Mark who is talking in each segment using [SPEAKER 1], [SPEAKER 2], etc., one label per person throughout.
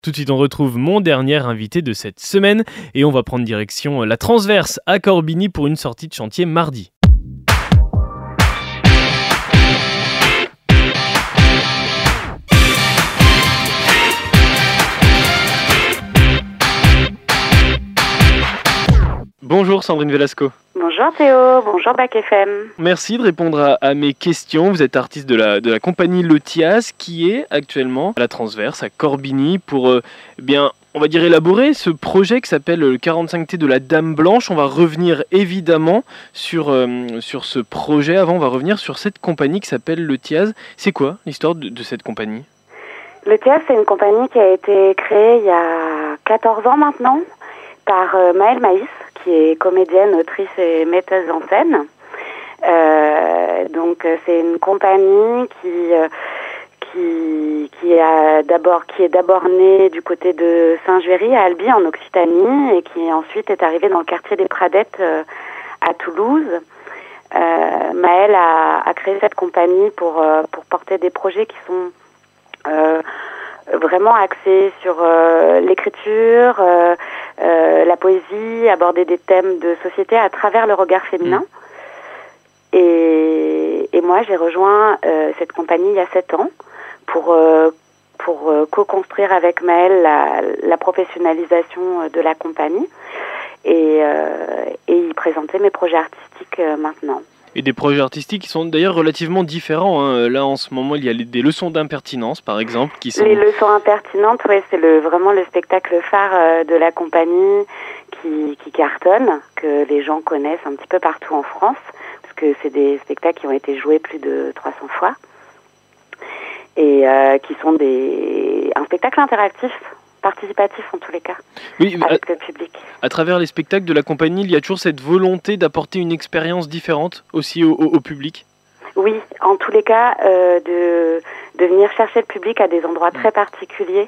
[SPEAKER 1] Tout de suite, on retrouve mon dernier invité de cette semaine et on va prendre direction la Transverse à Corbigny pour une sortie de chantier mardi. Bonjour Sandrine Velasco.
[SPEAKER 2] Bonjour Théo, bonjour Bac FM.
[SPEAKER 1] Merci de répondre à mes questions. Vous êtes artiste de la compagnie Le Thias qui est actuellement à la Transverse à Corbigny pour on va dire élaborer ce projet qui s'appelle le 45T de la Dame Blanche. On va revenir évidemment sur ce projet. Avant, on va revenir sur cette compagnie qui s'appelle Le Thias. C'est quoi l'histoire de cette compagnie ?
[SPEAKER 2] Le Thias, c'est une compagnie qui a été créée il y a 14 ans maintenant par Maëlle Maïs, qui est comédienne, autrice et metteuse en scène. Donc c'est une compagnie qui est d'abord née du côté de Saint-Juéry à Albi en Occitanie et qui ensuite est arrivée dans le quartier des Pradettes à Toulouse. Maëlle a créé cette compagnie pour porter des projets qui sont vraiment axés sur l'écriture, la poésie, aborder des thèmes de société à travers le regard féminin. Et moi, j'ai rejoint cette compagnie il y a 7 ans pour co-construire avec Maëlle la professionnalisation de la compagnie et y présenter mes projets artistiques maintenant.
[SPEAKER 1] Et des projets artistiques qui sont d'ailleurs relativement différents. Hein. Là, en ce moment, il y a des leçons d'impertinence, par exemple, qui sont...
[SPEAKER 2] Les leçons impertinentes, oui, c'est vraiment le spectacle phare de la compagnie qui cartonne, que les gens connaissent un petit peu partout en France, parce que c'est des spectacles qui ont été joués plus de 300 fois, et qui sont un spectacle interactif, participatif en tous les cas,
[SPEAKER 1] oui,
[SPEAKER 2] avec le public.
[SPEAKER 1] À travers les spectacles de la compagnie, il y a toujours cette volonté d'apporter une expérience différente aussi au public.
[SPEAKER 2] Oui, en tous les cas, de venir chercher le public à des endroits très particuliers,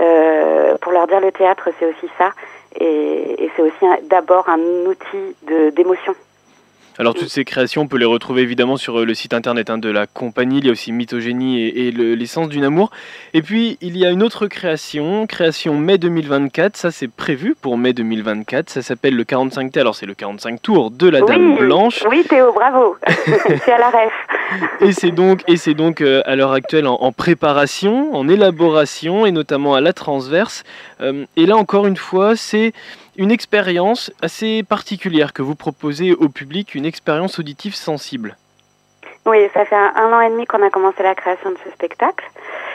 [SPEAKER 2] pour leur dire le théâtre c'est aussi ça, et c'est aussi d'abord un outil d'émotion.
[SPEAKER 1] Alors toutes ces créations, on peut les retrouver évidemment sur le site internet de la compagnie. Il y a aussi Mythogénie et l'essence d'une amour. Et puis il y a une autre création mai 2024. Ça c'est prévu pour mai 2024. Ça s'appelle le 45T. Alors c'est le 45 tours de la Dame Blanche.
[SPEAKER 2] Oui Théo, bravo. C'est à la ref.
[SPEAKER 1] Et c'est donc à l'heure actuelle en préparation, en élaboration et notamment à la Transverse. Et là encore une fois, c'est une expérience assez particulière que vous proposez au public, une expérience auditive sensible.
[SPEAKER 2] Oui, ça fait 1 an et demi qu'on a commencé la création de ce spectacle.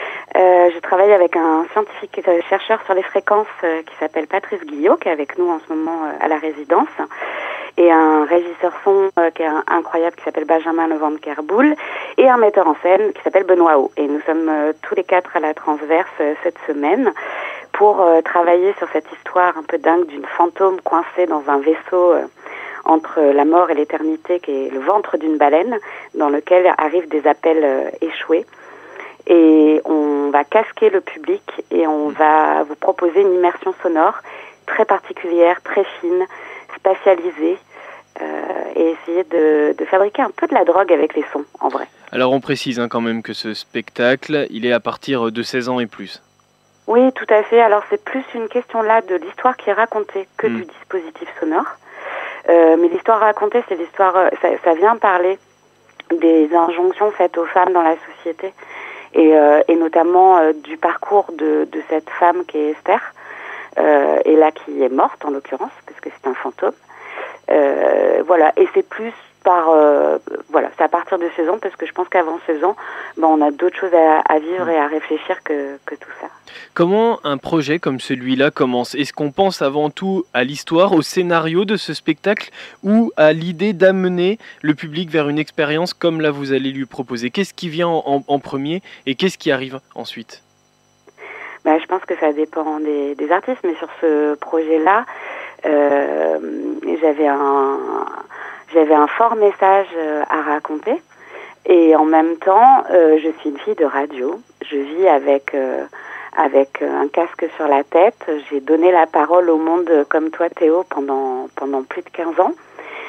[SPEAKER 2] Je travaille avec un scientifique chercheur sur les fréquences qui s'appelle Patrice Guillot, qui est avec nous en ce moment à la résidence, et un régisseur son qui est incroyable qui s'appelle Benjamin Levent-Kerboul, et un metteur en scène qui s'appelle Benoît Haut. Et nous sommes tous les 4 à la Transverse cette semaine pour travailler sur cette histoire un peu dingue d'une fantôme coincée dans un vaisseau entre la mort et l'éternité, qui est le ventre d'une baleine, dans lequel arrivent des appels échoués. Et on va casquer le public et on va vous proposer une immersion sonore très particulière, très fine, spatialisée, et essayer de fabriquer un peu de la drogue avec les sons, en vrai.
[SPEAKER 1] Alors on précise quand même que ce spectacle, il est à partir de 16 ans et plus.
[SPEAKER 2] Oui, tout à fait. Alors c'est plus une question là de l'histoire qui est racontée que du dispositif sonore. Mais l'histoire racontée, c'est l'histoire, ça vient parler des injonctions faites aux femmes dans la société, et notamment du parcours de cette femme qui est Esther, et là qui est morte en l'occurrence, parce que c'est un fantôme. Voilà, et c'est plus c'est à partir de 16 ans, parce que je pense qu'avant 16 ans, on a d'autres choses à vivre et à réfléchir que tout ça.
[SPEAKER 1] Comment un projet comme celui-là commence ? Est-ce qu'on pense avant tout à l'histoire, au scénario de ce spectacle, ou à l'idée d'amener le public vers une expérience comme là vous allez lui proposer ? Qu'est-ce qui vient en premier et qu'est-ce qui arrive ensuite ?
[SPEAKER 2] Je pense que ça dépend des artistes, mais sur ce projet-là, j'avais un fort message à raconter, et en même temps, je suis une fille de radio. Je vis avec un casque sur la tête. J'ai donné la parole au monde comme toi, Théo, pendant plus de 15 ans,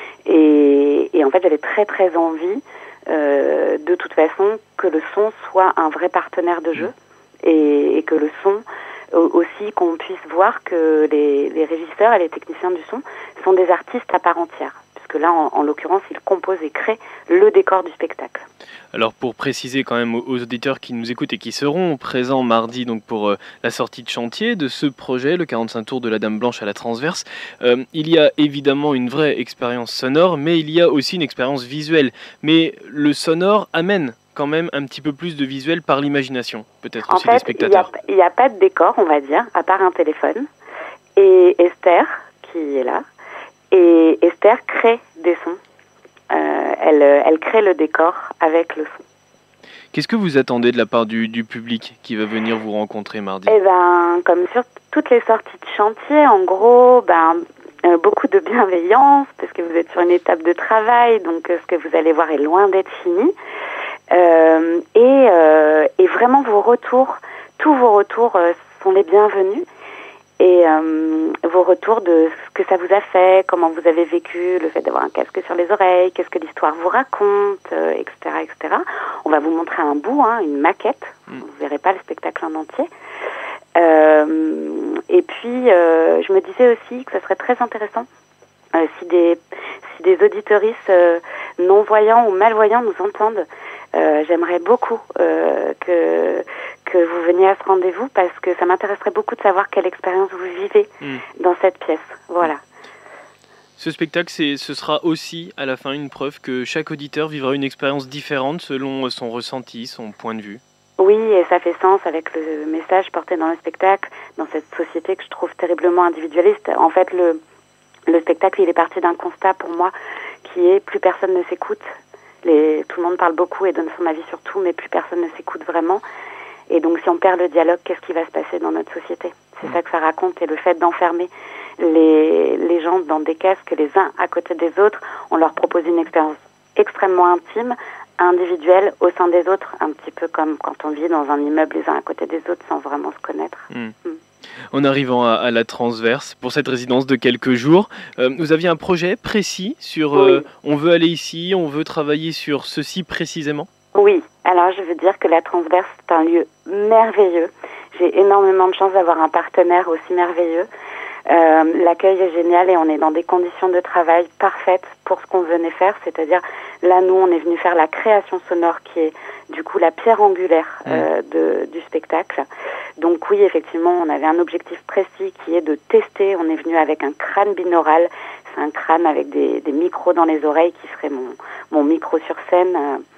[SPEAKER 2] et en fait, j'avais très très envie, de toute façon, que le son soit un vrai partenaire de jeu, et que le son aussi qu'on puisse voir que les régisseurs et les techniciens du son sont des artistes à part entière. Puisque là, en l'occurrence, ils composent et créent le décor du spectacle.
[SPEAKER 1] Alors pour préciser quand même aux auditeurs qui nous écoutent et qui seront présents mardi donc pour la sortie de chantier de ce projet, le 45 tours de la Dame Blanche à la Transverse, il y a évidemment une vraie expérience sonore, mais il y a aussi une expérience visuelle. Mais le sonore amène quand même un petit peu plus de visuel par l'imagination, peut-être aussi des spectateurs.
[SPEAKER 2] Il n'y a pas de décor, on va dire, à part un téléphone. Et Esther, qui est là, et Esther crée des sons. Elle crée le décor avec le son.
[SPEAKER 1] Qu'est-ce que vous attendez de la part du public qui va venir vous rencontrer mardi ?
[SPEAKER 2] Eh ben, comme sur toutes les sorties de chantier, en gros, beaucoup de bienveillance, parce que vous êtes sur une étape de travail, donc ce que vous allez voir est loin d'être fini. Et vraiment vos retours, tous vos retours sont les bienvenus. Et vos retours de ce que ça vous a fait, comment vous avez vécu le fait d'avoir un casque sur les oreilles, qu'est-ce que l'histoire vous raconte, etc., etc. On va vous montrer un bout, une maquette. Vous ne verrez pas le spectacle en entier. Et puis, je me disais aussi que ça serait très intéressant si des auditeuristes non-voyants ou malvoyants nous entendent. J'aimerais beaucoup que vous veniez à ce rendez-vous parce que ça m'intéresserait beaucoup de savoir quelle expérience vous vivez dans cette pièce. Voilà.
[SPEAKER 1] Ce spectacle, ce sera aussi à la fin une preuve que chaque auditeur vivra une expérience différente selon son ressenti, son point de vue.
[SPEAKER 2] Oui, et ça fait sens avec le message porté dans le spectacle, dans cette société que je trouve terriblement individualiste. En fait, le spectacle, il est parti d'un constat pour moi qui est plus personne ne s'écoute. Tout le monde parle beaucoup et donne son avis sur tout, mais plus personne ne s'écoute vraiment. Et donc, si on perd le dialogue, qu'est-ce qui va se passer dans notre société ? C'est ça que ça raconte. Et le fait d'enfermer les gens dans des casques les uns à côté des autres, on leur propose une expérience extrêmement intime, individuelle au sein des autres, un petit peu comme quand on vit dans un immeuble les uns à côté des autres sans vraiment se connaître.
[SPEAKER 1] En arrivant à la Transverse, pour cette résidence de quelques jours, vous aviez un projet précis sur
[SPEAKER 2] Oui.
[SPEAKER 1] On veut aller ici, on veut travailler sur ceci précisément ?
[SPEAKER 2] Oui, alors je veux dire que la Transverse, c'est un lieu merveilleux. J'ai énormément de chance d'avoir un partenaire aussi merveilleux. L'accueil est génial et on est dans des conditions de travail parfaites pour ce qu'on venait faire. C'est-à-dire, là, nous, on est venu faire la création sonore qui est du coup la pierre angulaire du spectacle. Donc oui, effectivement, on avait un objectif précis qui est de tester. On est venu avec un crâne binaural. C'est un crâne avec des micros dans les oreilles qui serait mon micro sur scène.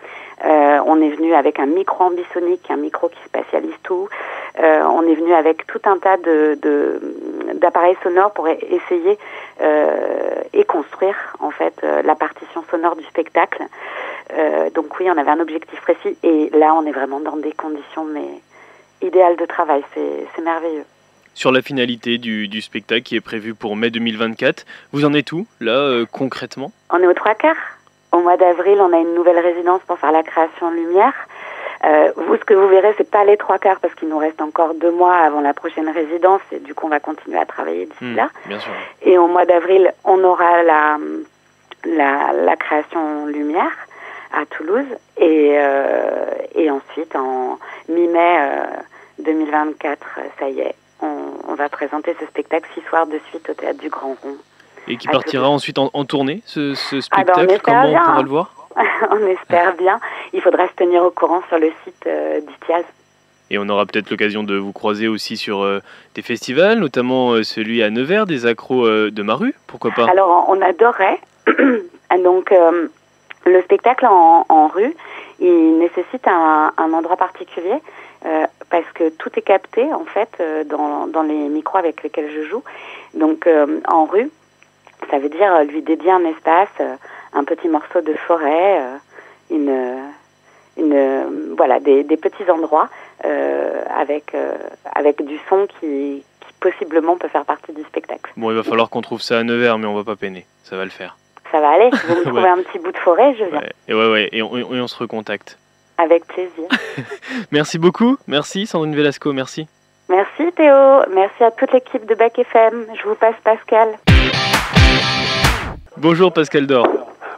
[SPEAKER 2] On est venu avec un micro ambisonique, un micro qui spatialise tout. On est venu avec tout un tas d'appareils sonores pour essayer et construire en fait la partition sonore du spectacle. Donc oui, on avait un objectif précis et là on est vraiment dans des conditions idéales de travail. C'est merveilleux.
[SPEAKER 1] Sur la finalité du spectacle qui est prévu pour mai 2024, vous en êtes où là concrètement ?
[SPEAKER 2] On est aux 3/4. Au mois d'avril, on a une nouvelle résidence pour faire la création lumière. Ce que vous verrez, c'est pas les 3/4 parce qu'il nous reste encore 2 mois avant la prochaine résidence et du coup, on va continuer à travailler d'ici là.
[SPEAKER 1] Bien sûr.
[SPEAKER 2] Et au mois d'avril, on aura la création lumière à Toulouse et ensuite, en mi-mai 2024, ça y est, on va présenter ce spectacle 6 soirs de suite au Théâtre du Grand Rond.
[SPEAKER 1] Et qui partira ensuite en tournée, ce spectacle, comment on pourra le voir ?
[SPEAKER 2] On espère bien. Il faudra se tenir au courant sur le site d'ITIAS.
[SPEAKER 1] Et on aura peut-être l'occasion de vous croiser aussi sur des festivals, notamment celui à Nevers, des accros de Maru, pourquoi pas ?
[SPEAKER 2] Alors, on adorerait. Donc, le spectacle en rue, il nécessite un endroit particulier parce que tout est capté, en fait, dans les micros avec lesquels je joue. Donc, en rue, ça veut dire lui dédier un espace, un petit morceau de forêt, voilà, des petits endroits avec du son qui possiblement peut faire partie du spectacle.
[SPEAKER 1] Bon, il va falloir qu'on trouve ça à Nevers, mais on va pas peiner, ça va le faire.
[SPEAKER 2] Ça va aller, si vous me trouvez un petit bout de forêt, je viens.
[SPEAKER 1] Et on se recontacte.
[SPEAKER 2] Avec plaisir.
[SPEAKER 1] Merci beaucoup, merci Sandrine Velasco, merci.
[SPEAKER 2] Merci Théo, merci à toute l'équipe de Bac FM. Je vous passe Pascal.
[SPEAKER 1] Bonjour Pascal Dor.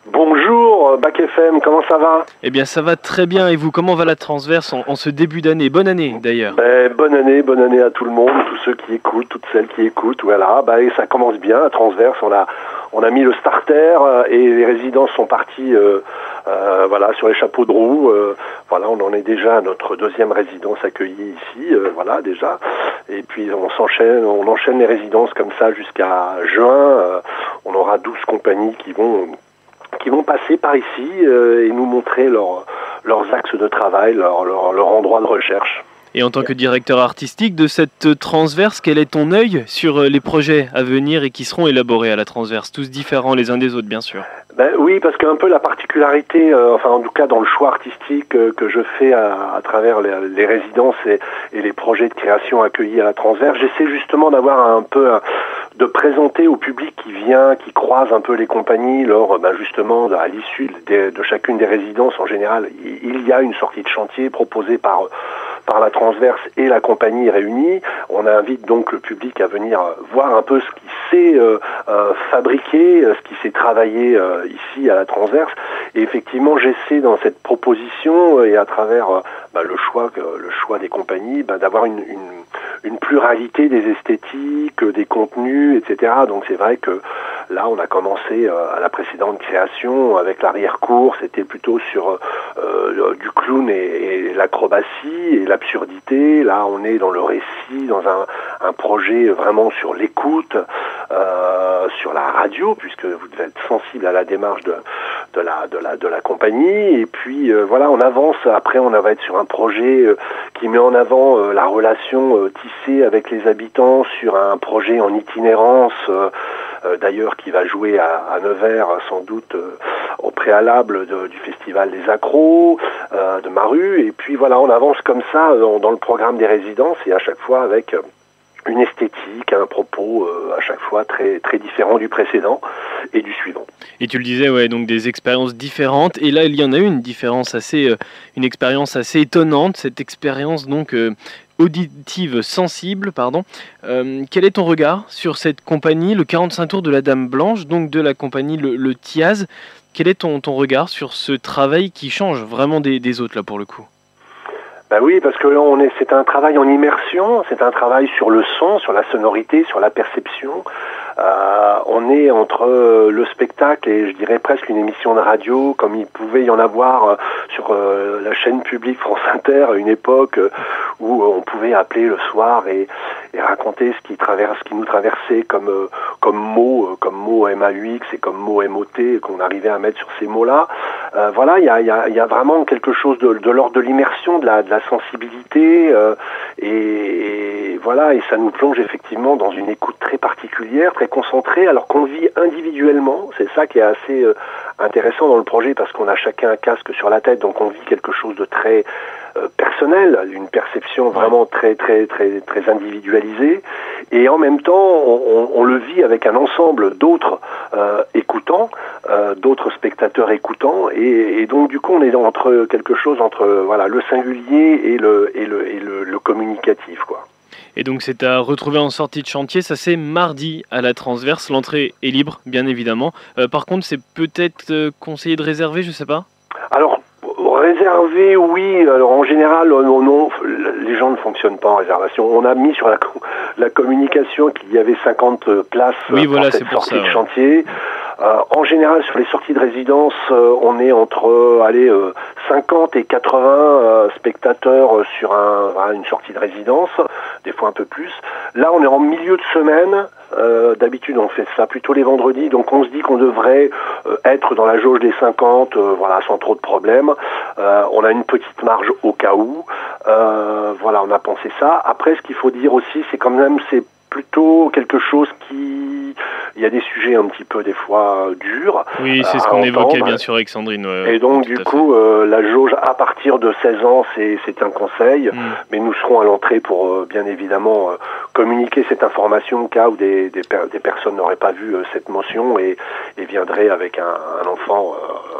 [SPEAKER 3] Bonjour, Bac FM, comment ça va?
[SPEAKER 1] Eh bien, ça va très bien. Et vous, comment va la transverse en ce début d'année? Bonne année, d'ailleurs.
[SPEAKER 3] Bonne année à tout le monde, tous ceux qui écoutent, toutes celles qui écoutent. Voilà, et ça commence bien, la transverse. On a mis le starter et les résidences sont partis sur les chapeaux de roue. On en est déjà à notre deuxième résidence accueillie ici, déjà. Et puis on enchaîne les résidences comme ça jusqu'à juin. On aura 12 compagnies qui vont passer par ici et nous montrer leurs axes de travail, leur endroit de recherche.
[SPEAKER 1] Et en tant que directeur artistique de cette transverse, quel est ton œil sur les projets à venir et qui seront élaborés à la transverse, tous différents les uns des autres, bien sûr?
[SPEAKER 3] Oui, parce qu'un peu la particularité, en tout cas dans le choix artistique que je fais à travers les résidences et les projets de création accueillis à la transverse, j'essaie justement d'avoir de présenter au public qui croise un peu les compagnies justement à l'issue de chacune des résidences. En général, il y a une sortie de chantier proposée par la transverse et la compagnie réunie. On invite donc le public à venir voir un peu ce qui s'est fabriqué, ce qui s'est travaillé ici à la transverse. Et effectivement, j'essaie dans cette proposition et à travers le choix des compagnies, d'avoir une pluralité des esthétiques, des contenus, etc. Donc c'est vrai que là, on a commencé à la précédente création avec l'arrière-cour, c'était plutôt sur du clown et l'acrobatie et l'absurdité. Là, on est dans le récit, dans un projet vraiment sur l'écoute, sur la radio, puisque vous devez être sensible à la démarche de la compagnie. Et puis on avance. Après, on va être sur un projet qui met en avant la relation tissée avec les habitants sur un projet en itinérance. D'ailleurs qui va jouer à Nevers sans doute au préalable du festival des accros de Maru. Et puis on avance comme ça dans le programme des résidences et à chaque fois avec une esthétique, un propos à chaque fois très, très différent du précédent et du suivant.
[SPEAKER 1] Et tu le disais, donc des expériences différentes. Et là, il y en a une expérience assez étonnante, cette expérience donc auditive sensible, pardon. Quel est ton regard sur cette compagnie, le 45 tours de la Dame Blanche, donc de la compagnie le Thiaz? Quel est ton regard sur ce travail qui change vraiment des autres là pour le coup?
[SPEAKER 3] Oui, parce que c'est un travail en immersion, c'est un travail sur le son, sur la sonorité, sur la perception. On est entre le spectacle et je dirais presque une émission de radio, comme il pouvait y en avoir sur la chaîne publique France Inter à une époque où on pouvait appeler le soir et raconter ce qui nous traversait comme mots MAUX et comme mots MOT qu'on arrivait à mettre sur ces mots-là. Il y a vraiment quelque chose de l'ordre de l'immersion, de la sensibilité et ça nous plonge effectivement dans une écoute très particulière, très concentrée, alors qu'on vit individuellement. C'est ça qui est assez intéressant dans le projet parce qu'on a chacun un casque sur la tête, donc on vit quelque chose de très personnel, une perception vraiment très très très très individualisée, et en même temps on le vit avec un ensemble d'autres écoutants, d'autres spectateurs écoutants, et donc du coup on est entre quelque chose entre le singulier et le communicatif, quoi.
[SPEAKER 1] Et donc c'est à retrouver en sortie de chantier, ça c'est mardi à la transverse, l'entrée est libre bien évidemment. Par contre c'est peut-être conseillé de réserver, je sais pas.
[SPEAKER 3] Alors réservé, oui. Alors en général, non, les gens ne fonctionnent pas en réservation. On a mis sur la communication qu'il y avait 50 places pour cette sortie de chantier. En général, sur les sorties de résidence, on est entre 50 et 80 spectateurs sur une sortie de résidence, des fois un peu plus. Là, on est en milieu de semaine. D'habitude, on fait ça plutôt les vendredis, donc on se dit qu'on devrait être dans la jauge des 50, sans trop de problèmes. On a une petite marge au cas où. On a pensé ça. Après, ce qu'il faut dire aussi, c'est quand même, c'est plutôt quelque chose il y a des sujets un petit peu des fois durs.
[SPEAKER 1] Oui, c'est ce qu'on évoquait bien sûr avec Sandrine.
[SPEAKER 3] Et donc du coup, la jauge à partir de 16 ans, c'est un conseil, mais nous serons à l'entrée pour bien évidemment communiquer cette information au cas où des personnes n'auraient pas vu cette motion et viendraient avec un enfant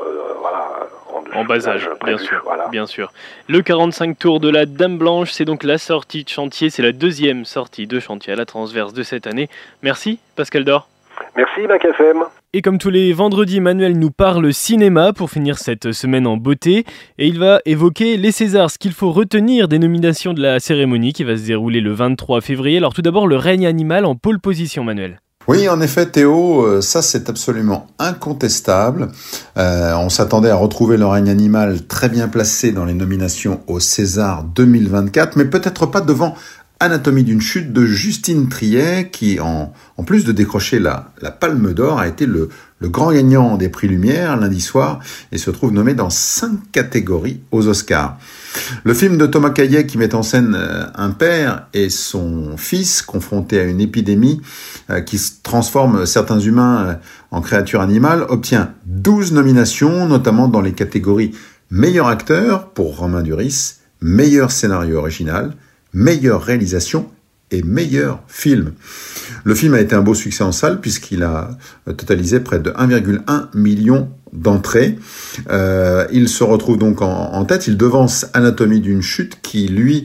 [SPEAKER 1] en bas âge, bien sûr. Le 45 tours de la Dame Blanche, c'est donc la sortie de chantier, c'est la deuxième sortie de chantier à la transverse de cette année. Merci Pascal Dor.
[SPEAKER 3] Merci Bac FM.
[SPEAKER 1] Et comme tous les vendredis, Manuel nous parle cinéma pour finir cette semaine en beauté. Et il va évoquer les Césars, ce qu'il faut retenir des nominations de la cérémonie qui va se dérouler le 23 février. Alors tout d'abord, Le règne animal en pole position, Manuel.
[SPEAKER 4] Oui, en effet, Théo, ça c'est absolument incontestable. On s'attendait à retrouver Le règne animal très bien placé dans les nominations au César 2024, mais peut-être pas devant Anatomie d'une chute de Justine Triet, qui en plus de décrocher la Palme d'Or, a été le grand gagnant des prix Lumière lundi soir et se trouve nommé dans 5 catégories aux Oscars. Le film de Thomas Caillet qui met en scène un père et son fils confrontés à une épidémie qui transforme certains humains en créatures animales obtient 12 nominations, notamment dans les catégories meilleur acteur pour Romain Duris, meilleur scénario original, meilleure réalisation et meilleur film. Le film a été un beau succès en salle puisqu'il a totalisé près de 1,1 million d'entrées. Il se retrouve donc en tête. Il devance Anatomie d'une chute qui, lui,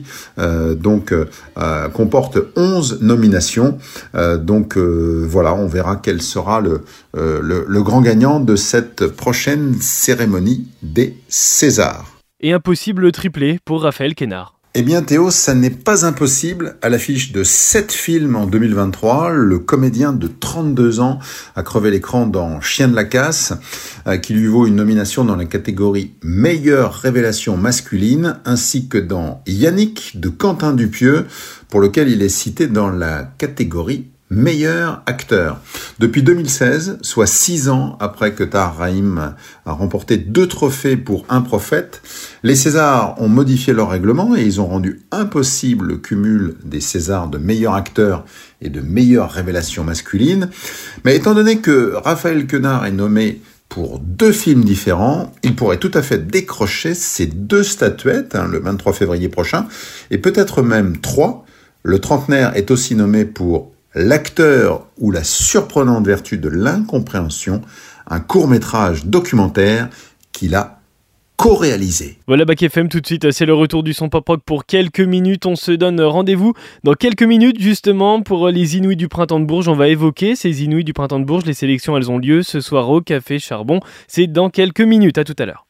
[SPEAKER 4] comporte 11 nominations. Voilà, on verra quel sera le grand gagnant de cette prochaine cérémonie des Césars.
[SPEAKER 1] Et un possible triplé pour Raphaël Quénard.
[SPEAKER 4] Eh bien Théo, ça n'est pas impossible. À l'affiche de 7 films en 2023, le comédien de 32 ans a crevé l'écran dans Chien de la casse, qui lui vaut une nomination dans la catégorie meilleure révélation masculine, ainsi que dans Yannick de Quentin Dupieux, pour lequel il est cité dans la catégorie meilleur acteur. Depuis 2016, soit 6 ans après que Tahar Rahim a remporté 2 trophées pour Un prophète, les Césars ont modifié leur règlement et ils ont rendu impossible le cumul des Césars de meilleur acteur et de meilleure révélation masculine. Mais étant donné que Raphaël Quénard est nommé pour 2 films différents, il pourrait tout à fait décrocher ces 2 statuettes, le 23 février prochain, et peut-être même 3. Le trentenaire est aussi nommé pour L'acteur ou la surprenante vertu de l'incompréhension, un court-métrage documentaire qu'il a co-réalisé.
[SPEAKER 1] Voilà Bac FM, tout de suite, c'est le retour du son pop-rock pour quelques minutes. On se donne rendez-vous dans quelques minutes justement pour les Inouïs du Printemps de Bourges. On va évoquer ces Inouïs du Printemps de Bourges. Les sélections, elles ont lieu ce soir au Café Charbon. C'est dans quelques minutes, à tout à l'heure.